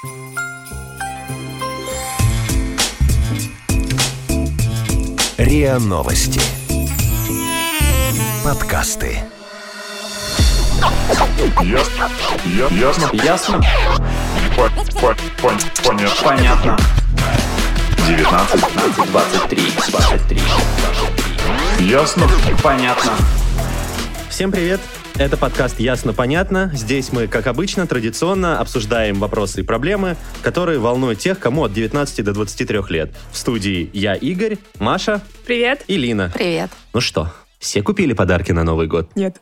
РИА Новости. Подкасты. Ясно. Понятно. 19, 23. Ясно. Понятно. Всем привет! Это подкаст «Ясно-понятно». Здесь мы, как обычно, традиционно обсуждаем вопросы и проблемы, которые волнуют тех, кому от 19 до 23 лет. В студии я, Игорь, Маша. Привет. И Лина. Привет. Ну что, все купили подарки на Новый год? Нет.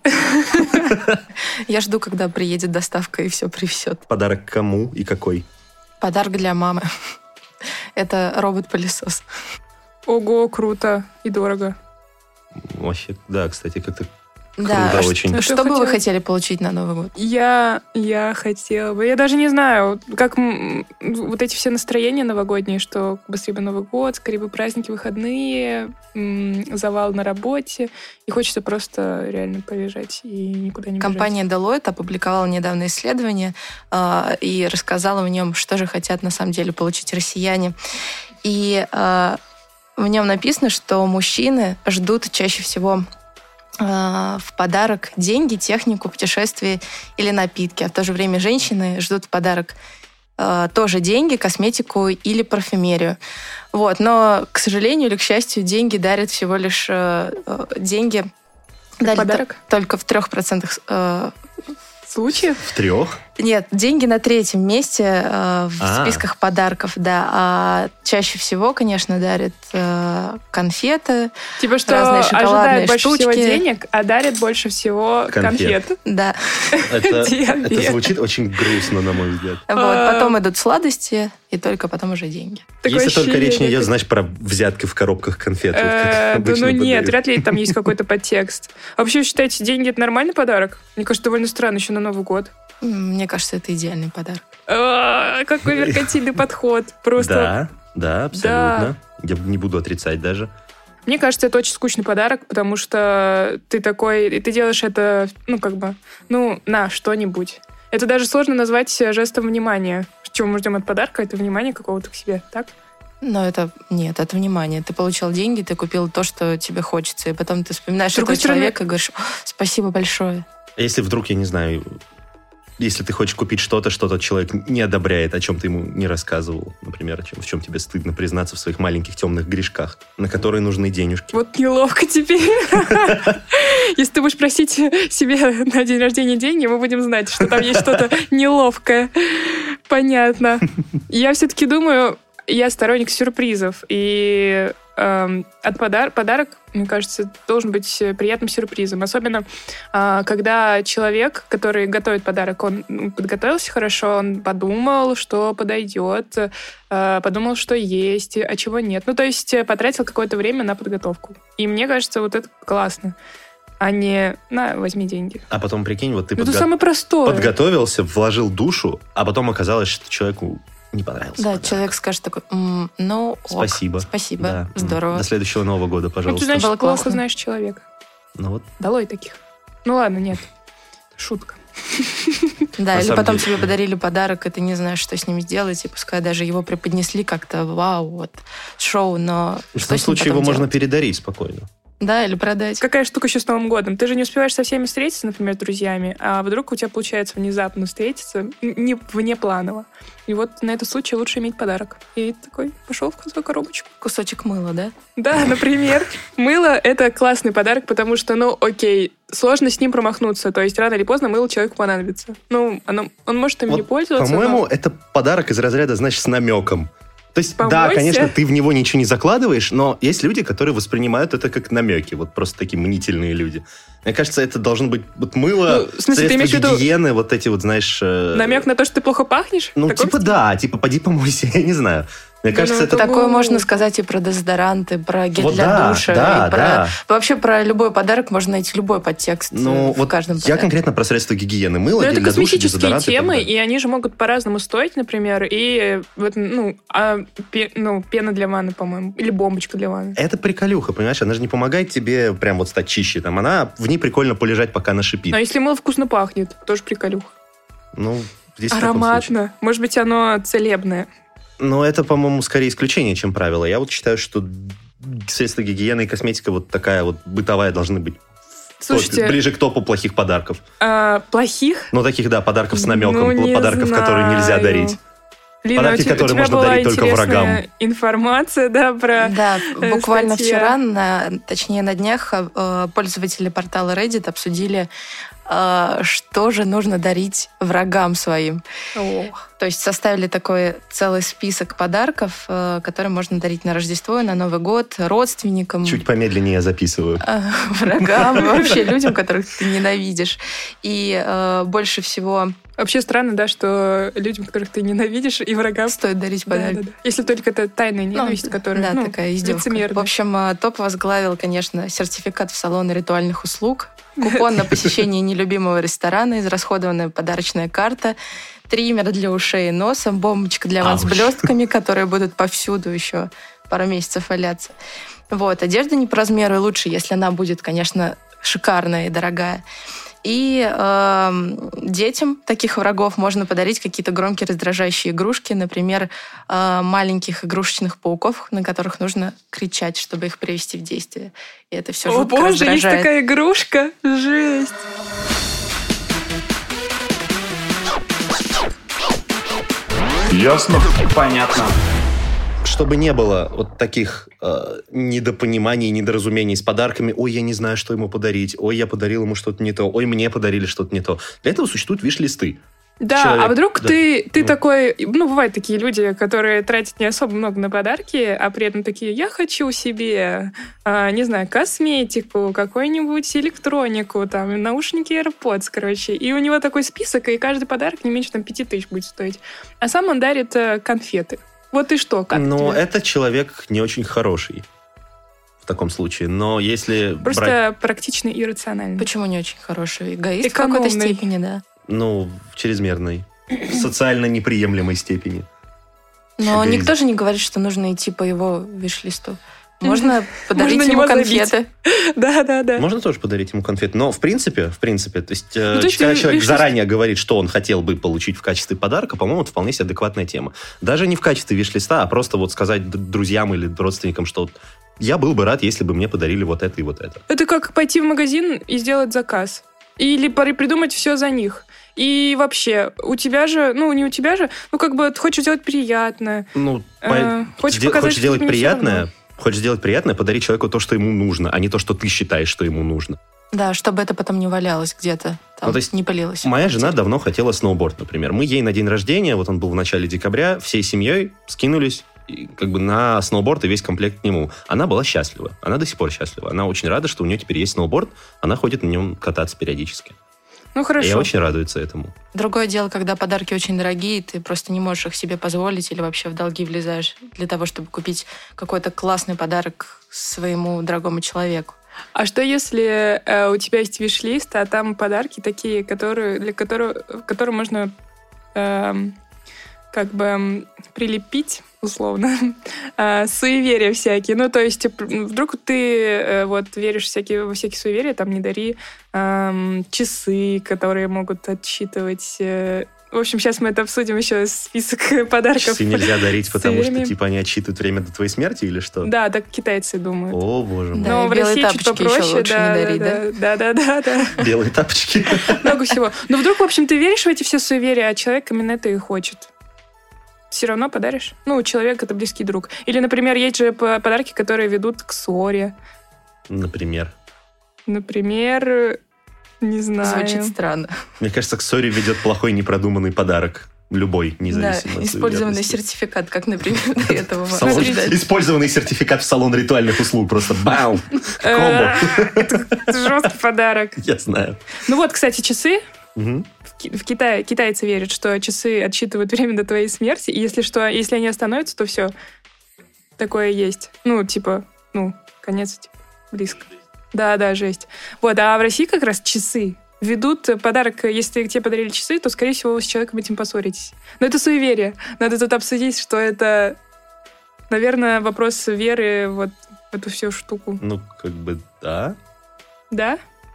Я жду, когда приедет доставка и все привезет. Подарок кому и какой? Подарок для мамы. Это робот-пылесос. Ого, круто и дорого. Вообще, да, кстати, как-то Да, круто очень. Что бы вы хотели получить на Новый год? Я хотела бы... Я даже не знаю, как вот эти все настроения новогодние, что быстрее бы Новый год, скорее бы праздники, выходные, завал на работе. И хочется просто реально полежать и никуда не бежать. Компания Deloitte опубликовала недавно исследование и рассказала в нем, что же хотят на самом деле получить россияне. И в нем написано, что мужчины ждут чаще всего в подарок деньги, технику, путешествия или напитки. А в то же время женщины ждут в подарок тоже деньги, косметику или парфюмерию. Вот. Но, к сожалению или к счастью, деньги дарят всего лишь... деньги дарят подарок? Только в 3% случаев? В 3? Нет, деньги на 3-м месте в списках подарков, да. А чаще всего, конечно, дарят конфеты, типа что разные шоколадные ожидают больше штучки. всего денег, а дарят больше всего конфет. Да. Это звучит очень грустно, на мой взгляд. Вот, потом идут сладости, и только потом уже деньги. Такое Если только речь не ощущение, идет, знаешь, про взятки в коробках конфет. вот как Да обычно ну нет, подают. вряд ли там есть какой-то подтекст. А вообще, считаете, деньги — это нормальный подарок? Мне кажется, довольно странно еще на Новый год. Мне кажется, это идеальный подарок. Какой меркантильный подход. Просто. Да, абсолютно. Я не буду отрицать даже. Мне кажется, это очень скучный подарок, потому что ты такой, и ты делаешь это, на что-нибудь. Это даже сложно назвать жестом внимания. Чего мы ждем от подарка? Это внимание какого-то к себе, так? Но это внимание. Ты получил деньги, ты купил то, что тебе хочется, и потом ты вспоминаешь С другой этого стороны- человека и говоришь: спасибо большое. А если вдруг, я не знаю, если ты хочешь купить что-то, что тот человек не одобряет, о чем ты ему не рассказывал, например, в чем тебе стыдно признаться в своих маленьких темных грешках, на которые нужны денежки. Вот неловко теперь. Если ты будешь просить себе на день рождения деньги, мы будем знать, что там есть что-то неловкое. Понятно. Я все-таки думаю, я сторонник сюрпризов. И подарок, мне кажется, должен быть приятным сюрпризом. Особенно, когда человек, который готовит подарок, он подготовился хорошо, он подумал, что подойдет, подумал, что есть, а чего нет. То есть потратил какое-то время на подготовку. И мне кажется, вот это классно. А не возьми деньги. А потом, прикинь, вот ты Это самое простое. подготовился, вложил душу, а потом оказалось, что человеку не понравился. Да, подарок. человек скажет такой: ок, Спасибо. Спасибо, Да. здорово. До следующего Нового года, Ты, пожалуйста. значит, Было плохо классно. знаешь человека. Ну вот. Долой таких. Ну ладно, нет. Шутка. Да, На или самом потом деле. тебе подарили подарок, и ты не знаешь, что с ним сделать, и пускай даже его преподнесли как-то, вау, вот, шоу, но В что том с ним случае его потом можно делать? передарить спокойно. Да, или продать. Какая штука еще с Новым годом? Ты же не успеваешь со всеми встретиться, например, с друзьями, а вдруг у тебя получается внезапно встретиться, не внепланово. И вот на этот случай лучше иметь подарок. И такой пошел в свою коробочку. Кусочек мыла, да? Да, например, мыло — это классный подарок, потому что, окей, сложно с ним промахнуться. То есть рано или поздно мыло человеку понадобится. Он может им не Вот, пользоваться. по-моему, но- это подарок из разряда, значит, с намеком. То есть, да, Помойся. конечно, ты в него ничего не закладываешь, но есть люди, которые воспринимают это как намеки. Вот просто такие мнительные люди. Мне кажется, это должно быть вот мыло, В смысле, ты имеешь в средства виду гигиены, вот эти вот, знаешь... Намек на то, что ты плохо пахнешь? Ну, В таком типа стиле? да, типа поди помойся, я не знаю. Мне Да, кажется, ну, это... это- Такое можно сказать и про дезодоранты, про гель Вот для да, душа. да, и про... да. Вообще про любой подарок можно найти любой подтекст Ну, в вот каждом я подарке. конкретно про средства гигиены. Мыло, Ну, гель это для душа, косметические дезодорант и так темы, далее. и они же могут по-разному стоить, например, и вот, пена для ванны, по-моему, или бомбочка для ванны. Это приколюха, понимаешь? Она же не помогает тебе прям вот стать чище. Там она в ней прикольно полежать, пока она шипит. Но если мыло вкусно пахнет, тоже приколюха. Ну, Здесь в таком случае. Ароматно. Может быть, оно целебное. Но это, по-моему, скорее исключение, чем правило. Я вот считаю, что средства гигиены и косметика вот такая вот бытовая должны быть. Слушайте, ближе к топу плохих подарков. Плохих? Ну, таких, да, подарков с намеком, Ну, не подарков, которые нельзя знаю. дарить. Лина, Подарки, которые можно была дарить только врагам. интересная информация, да, про Да, буквально статья. вчера, точнее на днях, пользователи портала Reddit обсудили, что же нужно дарить врагам своим. Ох. То есть составили такой целый список подарков, которые можно дарить на Рождество и на Новый год родственникам, Чуть помедленнее я записываю. врагам, вообще людям, которых ты ненавидишь. И больше всего Вообще странно, да, что людям, которых ты ненавидишь, и врагам... стоит дарить Да, подарки. да, да. Если только это тайная ненависть, которая, Да, такая издевка. лицемерная. В общем, топ возглавил, конечно, сертификат в салон ритуальных услуг, купон на посещение нелюбимого ресторана, израсходованная подарочная карта, триммер для ушей и носа, бомбочка для ванн с Ауч. блестками, которые будут повсюду еще пару месяцев валяться. Вот. Одежда не по размеру, и лучше, если она будет, конечно, шикарная и дорогая. И детям таких врагов можно подарить какие-то громкие раздражающие игрушки, например, маленьких игрушечных пауков, на которых нужно кричать, чтобы их привести в действие. И это все О жутко боже, есть раздражает. такая игрушка. Жесть. Ясно? Понятно. Чтобы не было вот таких недопониманий, недоразумений с подарками. Ой, я не знаю, что ему подарить. Ой, я подарил ему что-то не то. Ой, мне подарили что-то не то. Для этого существуют виш-листы. Да, Человек, а вдруг да. ты Ну. такой... Ну, бывают такие люди, которые тратят не особо много на подарки, а при этом такие, я хочу себе, не знаю, косметику, какую-нибудь электронику, там, наушники AirPods, короче. И у него такой список, и каждый подарок не меньше там 5000 будет стоить. А сам он дарит конфеты. Вот и что, как Но тебе? это человек не очень хороший в таком случае. Но если Просто брать, практичный и рациональный. Почему не очень хороший? Эгоист в Экономный. какой-то степени, да. ну, в чрезмерной, социально неприемлемой степени. Но Эгоист. никто же не говорит, что нужно идти по его виш-листу. Можно подарить Можно ему него забить. конфеты. Да. Можно тоже подарить ему конфеты. Но в принципе, то есть, то есть когда ты человек виш-лист- заранее говорит, что он хотел бы получить в качестве подарка, по-моему, это вполне себе адекватная тема. Даже не в качестве виш-листа, а просто вот сказать друзьям или родственникам, что я был бы рад, если бы мне подарили вот это и вот это. Это как пойти в магазин и сделать заказ. Или придумать все за них. И вообще, у тебя же, ну, не у тебя же, ну, как бы ты хочешь сделать приятное. Ну, Хочешь показать, хочешь что сделать тебе всё приятное, равно. хочешь сделать приятное, подари человеку то, что ему нужно, а не то, что ты считаешь, что ему нужно. Да, чтобы это потом не валялось где-то, там, Ну, то есть не пылилось. Моя жена давно хотела сноуборд, например. Мы ей на день рождения, вот он был в начале декабря, всей семьей скинулись и как бы на сноуборд и весь комплект к нему. Она была счастлива. Она до сих пор счастлива. Она очень рада, что у нее теперь есть сноуборд. Она ходит на нем кататься периодически. Ну, хорошо. И очень радуется этому. Другое дело, когда подарки очень дорогие, ты просто не можешь их себе позволить или вообще в долги влезаешь для того, чтобы купить какой-то классный подарок своему дорогому человеку. А что если у тебя есть виш-лист, а там подарки такие, которые можно как бы прилепить, условно, суеверия всякие. Ну, то есть вдруг ты вот веришь во всякие суеверия, там не дари часы, которые могут отсчитывать... В общем, сейчас мы это обсудим еще, список подарков. Часы нельзя дарить, потому что суевериями. типа они отсчитывают время до твоей смерти или что? Да, так китайцы думают. О, боже мой. Да, Но и в белые России чуть тапочки еще попроще, лучше не дарить, да? Белые тапочки. Много всего. Но вдруг, в общем, ты веришь в эти все суеверия, а человек именно это и хочет. Все равно подаришь? Ну, человек — это близкий друг. Или, например, есть же подарки, которые ведут к ссоре. Например. Например, не знаю. Звучит странно. Мне кажется, к ссоре ведет плохой непродуманный подарок. Любой, Да, независимо от использованный суеверности. сертификат, как, например, до этого мы Салон- обсуждали. Использованный сертификат в салон ритуальных услуг. Просто бам! Комбо. Это жесткий подарок. Я знаю. Ну вот, кстати, часы. Мгм. В Китае китайцы верят, что часы отсчитывают время до твоей смерти, и если что, если они остановятся, то все. Такое есть. Ну, типа, конец типа, близко. Да, жесть. Вот, а в России как раз часы ведут подарок. Если тебе подарили часы, то, скорее всего, вы с человеком этим поссоритесь. Но это суеверие. Надо тут обсудить, что это, наверное, вопрос веры вот в эту всю штуку. Ну, как бы, да. Да?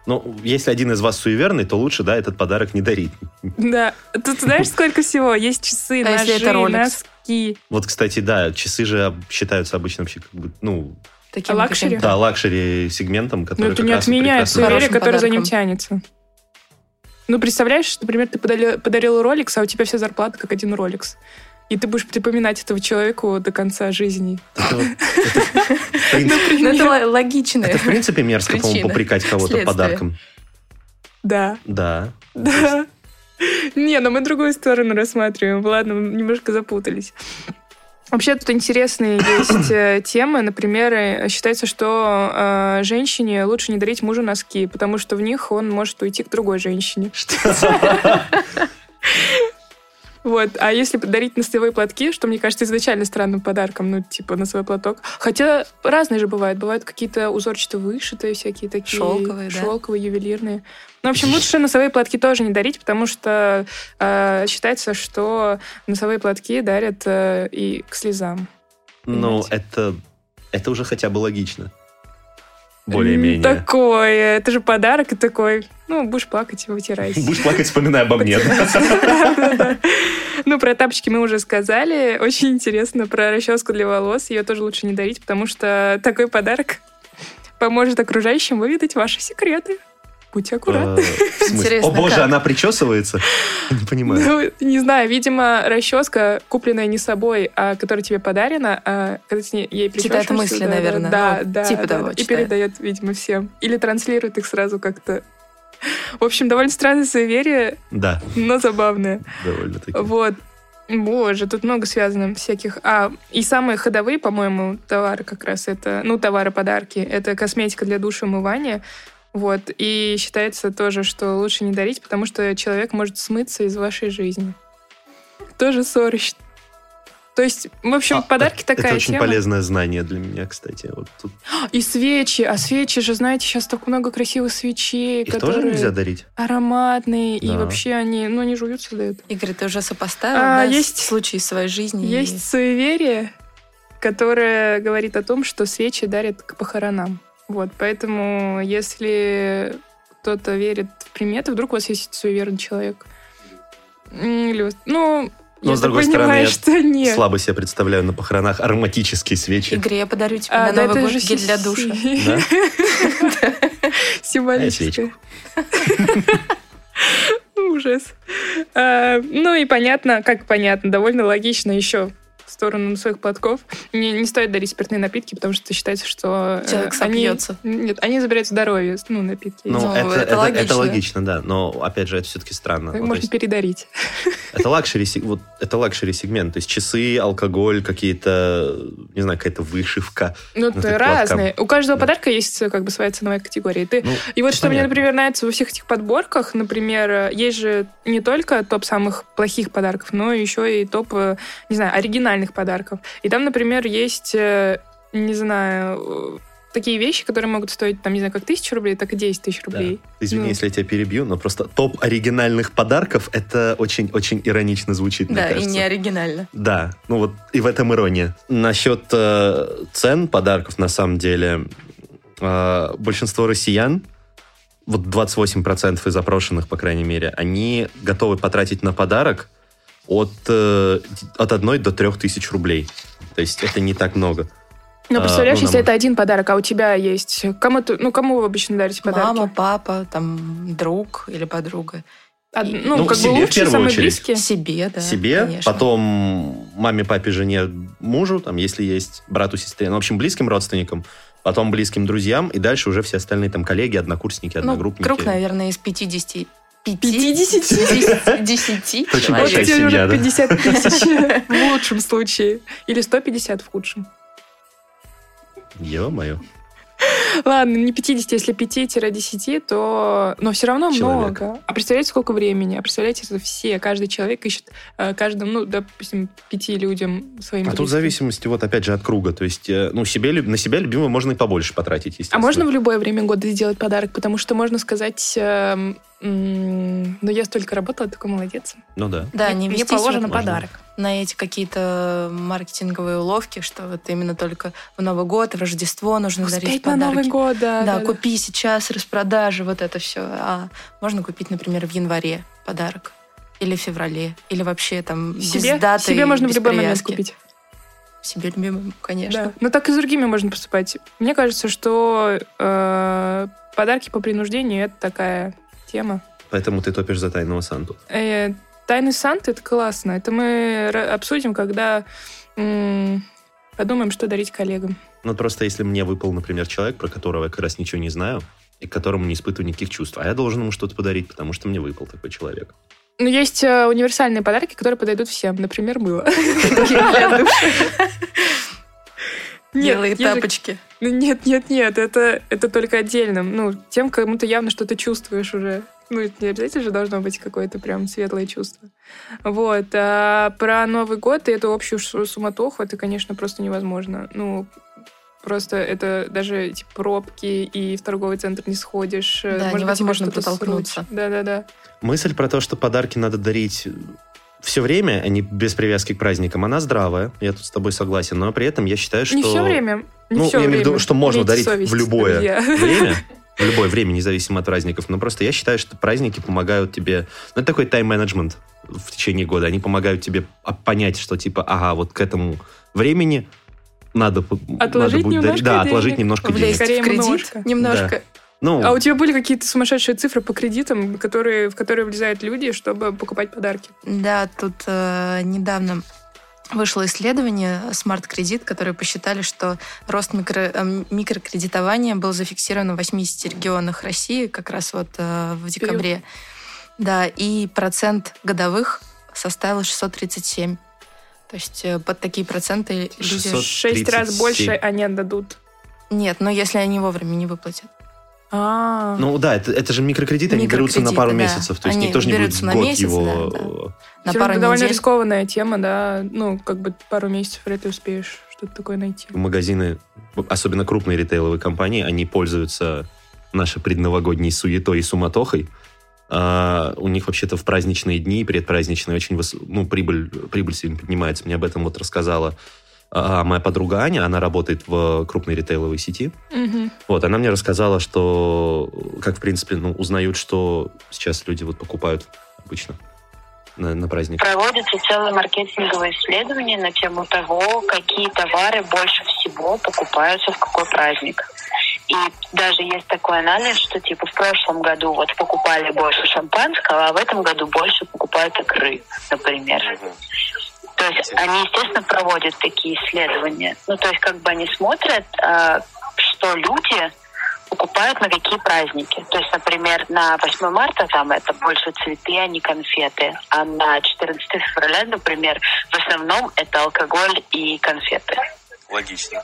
Ну, если один из вас суеверный, то лучше, да, этот подарок не дарить. Да. Тут знаешь, сколько всего? Есть часы, ножи, если это Rolex? носки. Вот, кстати, да, часы же считаются обычно вообще как бы, ну... Таким лакшери? каким-то- Да, лакшери-сегментом, который Но это как не раз и отменяет прекрасно- суеверие, Хорошим которое за ним подарком. тянется. Ну, представляешь, например, ты подарил Rolex, а у тебя вся зарплата как один Rolex. И ты будешь припоминать этого человеку до конца жизни. Это вот- это, в принципе, Ну, это логично. это, в принципе, мерзко, по-моему, Причина. попрекать кого-то Следствие. подарком. Да. Да. Да. Не, но мы другую сторону рассматриваем. Ладно, мы немножко запутались. Вообще тут интересные есть темы. Например, считается, что женщине лучше не дарить мужу носки, потому что в них он может уйти к другой женщине. Вот. А если подарить носовые платки, что, мне кажется, изначально странным подарком, ну, типа носовой платок. Хотя разные же бывают. Бывают какие-то узорчато вышитые всякие такие. Шелковые, да. Шелковые, ювелирные. Ну, в общем, лучше носовые платки тоже не дарить, потому что считается, что носовые платки дарят и к слезам. Ну, Понимаете? это уже хотя бы логично. Более-менее. Такое. Это же подарок и такой. Ну, будешь плакать и вытирайся. Будешь плакать, вспоминая обо мне. Да-да-да. Ну, про тапочки мы уже сказали. Очень интересно про расческу для волос. Ее тоже лучше не дарить, потому что такой подарок поможет окружающим выведать ваши секреты. Будьте аккуратны. В смысле? Интересно, О боже, как? она причесывается? Не понимаю. Ну, не знаю, видимо, расческа, купленная не собой, а которая тебе подарена, а когда ты ей Читает причешешься, мысли, наверное. Да, Ну, да. типа да, того и читает. передает, видимо, всем. Или транслирует их сразу как-то. В общем, довольно странное суеверие, Да, но забавное. довольно-таки. Вот. Боже, тут много связано всяких. И самые ходовые, по-моему, товары как раз это, ну, товары-подарки, это косметика для душа, умывания. Вот. И считается тоже, что лучше не дарить, потому что человек может смыться из вашей жизни. Тоже ссорищ. То есть, в общем, подарки такая Это очень тема. полезное знание для меня, кстати. Вот тут. И свечи. А свечи же, знаете, сейчас так много красивых свечей, Их которые тоже нельзя дарить? ароматные. И Да. вообще они, ну, они жуются, дают. Игорь, ты уже сопоставил Есть случаи своей жизни? Есть суеверие, которое говорит о том, что свечи дарят к похоронам. Вот, поэтому если кто-то верит в приметы, вдруг у вас есть суеверный человек. Или, ну, Но, я с так другой понимаю, стороны, я что нет. слабо себе представляю на похоронах ароматические свечи. Игорь, я подарю тебе А, на да, Новый это год же гель для душа. Да? Символическое. Ужас. Ну и понятно, как понятно, довольно логично еще в сторону носовых платков. Не стоит дарить спиртные напитки, потому что считается, что Человек сопьется. Нет, они забирают здоровье, ну, напитки. Ну, Ну, это это логично. это логично, да. Но, опять же, это все-таки странно. Так Ну, то можно есть передарить. это лакшери-сегмент. То есть часы, алкоголь, какие-то, не знаю, какая-то вышивка. Ну, к это разные. платкам. У каждого Да. подарка есть как бы своя ценовая категория. Ну, И вот что мне, понятно. например, нравится во всех этих подборках, например, есть же не только топ самых плохих подарков, но еще и топ, не знаю, оригинальных подарков. И там, например, есть, не знаю, такие вещи, которые могут стоить, там, не знаю, как 1000 рублей, так и 10 тысяч Да. рублей. Извини, Ну. если я тебя перебью, но просто топ оригинальных подарков, это очень-очень иронично звучит, мне Да, и кажется. не оригинально. Да, ну вот и в этом ирония. Насчет цен подарков, на самом деле, большинство россиян, вот 28% из опрошенных, по крайней мере, они готовы потратить на подарок от 1 до 3 тысяч рублей. То есть это не так много. Но представляешь, ну, если нам- это один подарок, а у тебя есть... Кому вы обычно дарите подарки? Мама, папа, там, друг или подруга. Ну, Ну, как себе бы в лучше, первую самые очередь. близкие. Себе, да. Себе, конечно. потом маме, папе, жене, мужу, там, если есть брату, сестре, ну, в общем, близким родственникам, потом близким друзьям, и дальше уже все остальные там коллеги, однокурсники, Ну, одногруппники. круг, наверное, из 50... 50? 10 Очень Вот большая человек. тебе семья, уже да. 50 тысяч в лучшем случае. Или 150 в худшем. Ё-моё. Ладно, не 50, если 5-10, то... Но все равно Человек. много. А представляете, сколько времени? А представляете, это все, каждый человек ищет каждому, ну, допустим, 5 людям своим А тут в близким. зависимости, вот опять же, от круга. То есть, ну, на себя любимого можно и побольше потратить, А естественно. можно в любое время года сделать подарок? Потому что можно сказать, Ну, я столько работала, такой молодец. Ну да. Да, не Мне вестись положен вот подарок. на эти какие-то маркетинговые уловки, что вот именно только в Новый год, в Рождество нужно дарить Успеть на подарки. Новый год, да. Да, купи сейчас, распродажи, вот это все. А можно купить, например, в январе подарок. Или в феврале. Или вообще там без даты. Себе можно в без любой момент привязки. купить. Себе любимым, конечно. Да. Ну, так и с другими можно поступать. Мне кажется, что подарки по принуждению — это такая тема. Поэтому ты топишь за тайного Санту. Тайный Санта — это классно. Это мы обсудим, когда подумаем, что дарить коллегам. Ну, просто если мне выпал, например, человек, про которого я как раз ничего не знаю, и к которому не испытываю никаких чувств, а я должен ему что-то подарить, потому что мне выпал такой человек. Ну, есть универсальные подарки, которые подойдут всем. Например, мыло. Белые тапочки. Нет, это только отдельным. Ну, тем, кому ты явно что-то чувствуешь уже. Ну, это не обязательно же должно быть какое-то прям светлое чувство. Вот. А про Новый год и эту общую суматоху, это, конечно, просто невозможно. Ну, просто это даже эти пробки, и в торговый центр не сходишь. Да, может невозможно быть, тебе что-то протолкнуться. срочно. Да. Мысль про то, что подарки надо дарить все время, а не без привязки к праздникам, она здравая. Я тут с тобой согласен. Но при этом я считаю, что... Не все время. Ну, я имею в виду, что можно Имейте дарить совесть, в любое друзья. время. В любое время, независимо от праздников. Но просто я считаю, что праздники помогают тебе... Ну, это такой тайм-менеджмент в течение года. Они помогают тебе понять, что типа, ага, вот к этому времени надо будет дарить. Да, отложить немножко денег. Скорее в кредит немножко. немножко. Ну, А у тебя были какие-то сумасшедшие цифры по кредитам, в которые влезают люди, чтобы покупать подарки? Да, тут недавно вышло исследование Smart Credit, которые посчитали, что рост микрокредитования был зафиксирован в 80 регионах России как раз вот в декабре. Да, и процент годовых составил 637. То есть под такие проценты люди... 6 раз больше они отдадут. Нет, но если они вовремя не выплатят. Ну да, это же микрокредиты, они берутся на пару месяцев. То есть Они никто же не будет берутся на год месяц, его... На Всё пару равно довольно недель. рискованная тема, да. Ну, как бы пару месяцев вряд ли успеешь что-то такое найти. Магазины, особенно крупные ритейловые компании, они пользуются нашей предновогодней суетой и суматохой. У них вообще-то в праздничные дни, предпраздничные, очень прибыль сильно поднимается. Мне об этом вот рассказала моя подруга Аня, она работает в крупной ритейловой сети. Угу. Вот, она мне рассказала, что как, в принципе, узнают, что сейчас люди вот покупают обычно на праздник. Проводится целое маркетинговое исследование на тему того, какие товары больше всего покупаются в какой праздник. И даже есть такой анализ, что типа в прошлом году вот покупали больше шампанского, а в этом году больше покупают икры, например. То есть они, естественно, проводят такие исследования. Ну, то есть как бы они смотрят, что люди покупают на какие праздники. То есть, например, на 8 марта там это больше цветы, а не конфеты. А на 14 февраля, например, в основном это алкоголь и конфеты. Логично.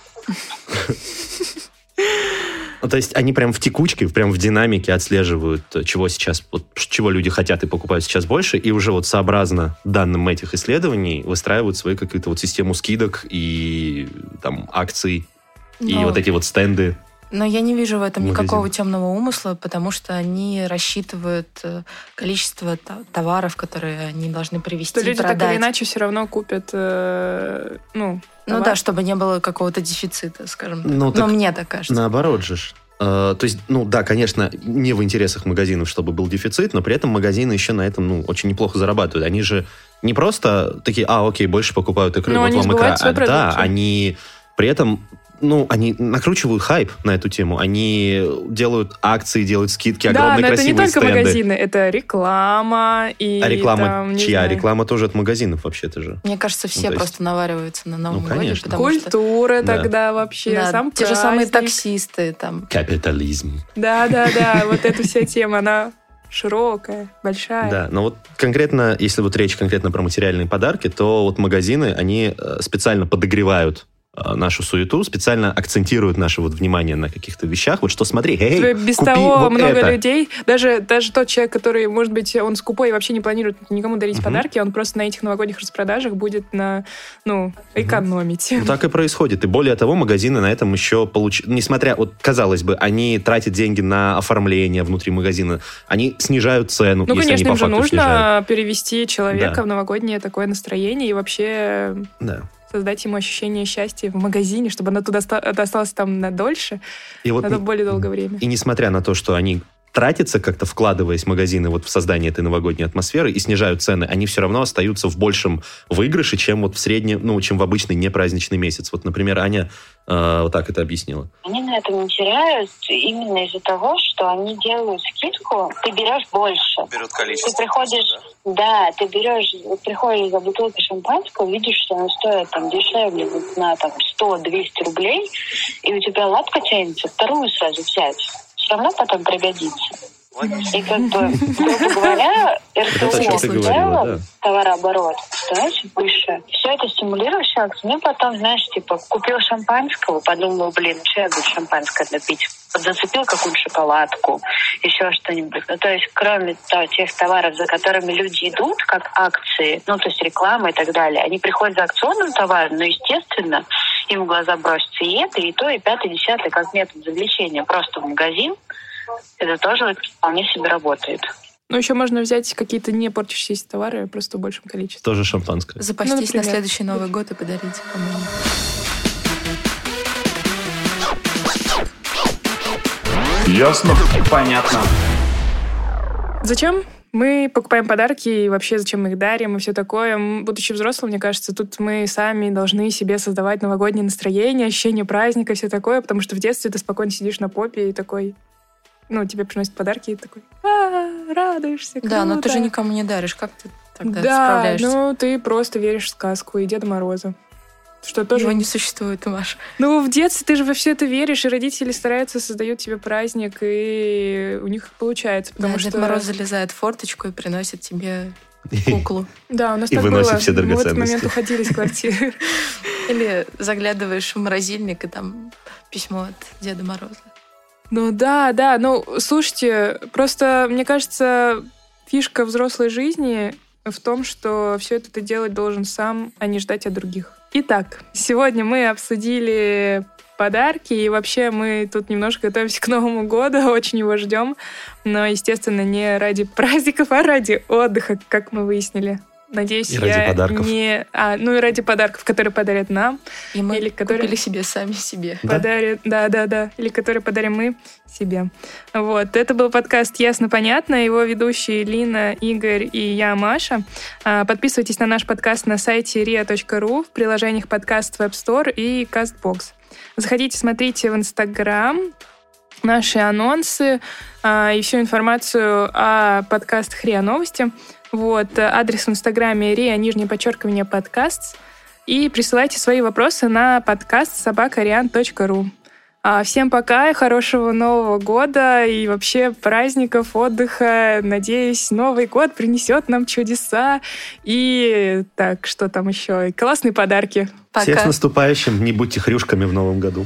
Ну, то есть они прям в текучке, прям в динамике отслеживают, чего люди хотят и покупают сейчас больше, и уже вот сообразно данным этих исследований выстраивают свою какую-то вот систему скидок и там акций, и вот эти вот стенды. Но я не вижу в этом никакого магазин. темного умысла, потому что они рассчитывают количество товаров, которые они должны привезти Что и люди продать. так или иначе все равно купят, Ну товар. да, чтобы не было какого-то дефицита, скажем так. Ну, так мне так кажется. Наоборот же. То есть, да, конечно, не в интересах магазинов, чтобы был дефицит, но при этом магазины еще на этом, очень неплохо зарабатывают. Они же не просто такие, окей, больше покупают икры, Но вот они вам икра. сбывают свою Да, продукцию. они при этом, они накручивают хайп на эту тему. Они делают акции, делают скидки, Да, огромные но это не красивые только стенды. магазины, это реклама и А реклама там, не чья? знаю, Реклама тоже от магазинов вообще-то же. Мне кажется, все то есть- просто навариваются на Новом годе, конечно. потому что культура Да. тогда вообще, да, сам те же самые праздник. таксисты там. Капитализм. Да, вот эта вся тема, она широкая, большая. Да, но вот конкретно, если вот речь конкретно про материальные подарки, то вот магазины, они специально подогревают нашу суету, специально акцентируют наше вот внимание на каких-то вещах. Вот что смотри, без купи того вот много это. людей, даже тот человек, который, может быть, он скупой и вообще не планирует никому дарить подарки, он просто на этих новогодних распродажах будет экономить. Ну, так и происходит. И более того, магазины на этом еще несмотря, вот, казалось бы, они тратят деньги на оформление внутри магазина, они снижают цену, Ну, если конечно, они им по же факту нужно снижают. перевести человека Да. в новогоднее такое настроение и вообще Да. создать ему ощущение счастья в магазине, чтобы оно туда осталось там на дольше, И вот на более долгое время. И несмотря на то, что они тратятся как-то, вкладываясь в магазины вот в создание этой новогодней атмосферы и снижают цены, они все равно остаются в большем выигрыше, чем вот в среднем, чем в обычный непраздничный месяц. Вот, например, Аня вот так это объяснила. Они на этом не теряют именно из-за того, что они делают скидку, ты берешь больше. Берут количество. Ты приходишь, приходишь за бутылкой шампанского, видишь, что она стоит там дешевле на 100-200 рублей, и у тебя лапка тянется вторую сразу взять. Все равно потом пригодится. И как бы, грубо говоря, Это то, что РТО ты в говорила, целом, да. товарооборот, становится выше. Все это стимулирующая акция. Мне потом, знаешь, купил шампанского, подумал, что я буду шампанское допить? Зацепил какую-то шоколадку, еще что-нибудь. Ну, то есть, кроме тех товаров, за которыми люди идут, как акции, то есть реклама и так далее, они приходят за акционным товаром, но, естественно, им в глаза бросится и это, и то, и пятое, десятое, как метод завлечения просто в магазин. Это тоже вполне себе работает. Ну, еще можно взять какие-то не портящиеся товары просто в большем количестве. Тоже шампанское. Запастись например. на следующий Новый год и подарить кому-нибудь. Ясно? Понятно. Зачем мы покупаем подарки и вообще зачем мы их дарим и все такое? Будучи взрослым, мне кажется, тут мы сами должны себе создавать новогоднее настроение, ощущение праздника, все такое, потому что в детстве ты спокойно сидишь на попе и такой, тебе приносят подарки и такой, радуешься, круто. Да, но ты же никому не даришь. Как ты тогда Да, справляешься? ты просто веришь в сказку и Деда Мороза. Что тоже... Его не существует, Маш. в детстве ты же во все это веришь, и родители стараются, создают тебе праздник, и у них получается, потому что... Дед Мороз залезает в форточку и приносит тебе куклу. Да, у нас И так выносит было. все Мы в этот драгоценности. момент уходили из квартиры. Или заглядываешь в морозильник, и там письмо от Деда Мороза. Да. Слушайте, просто, мне кажется, фишка взрослой жизни в том, что все это ты делать должен сам, а не ждать от других. Итак, сегодня мы обсудили подарки, и вообще мы тут немножко готовимся к Новому году, очень его ждем, но, естественно, не ради праздников, а ради отдыха, как мы выяснили. Надеюсь, И ради подарков. и ради подарков, которые подарят нам. И мы Или которые- купили себе сами себе. Да? Подарят, да. Или которые подарим мы себе. Вот. Это был подкаст «Ясно-понятно». Его ведущие Лина, Игорь и я, Маша. Подписывайтесь на наш подкаст на сайте ria.ru, в приложениях подкаст в App Store и CastBox. Заходите, смотрите в Instagram наши анонсы и всю информацию о подкастах РИА Новости. Вот, адрес в Инстаграме ria_подкаст. И присылайте свои вопросы на подкаст@rian.ru. Всем пока, хорошего Нового года и вообще праздников, отдыха. Надеюсь, Новый год принесет нам чудеса. И так, что там еще? И классные подарки. Всех с Пока. наступающим. Не будьте хрюшками в Новом году.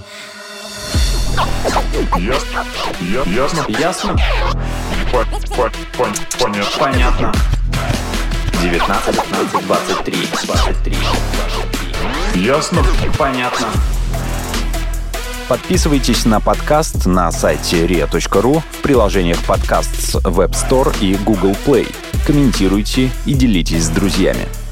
Ясно? Ясно? Понятно. Понятно. 19, 15, 23. Ясно? Понятно. Подписывайтесь на подкаст на сайте ria.ru, в приложениях подкаст с Web Store и Google Play. Комментируйте и делитесь с друзьями.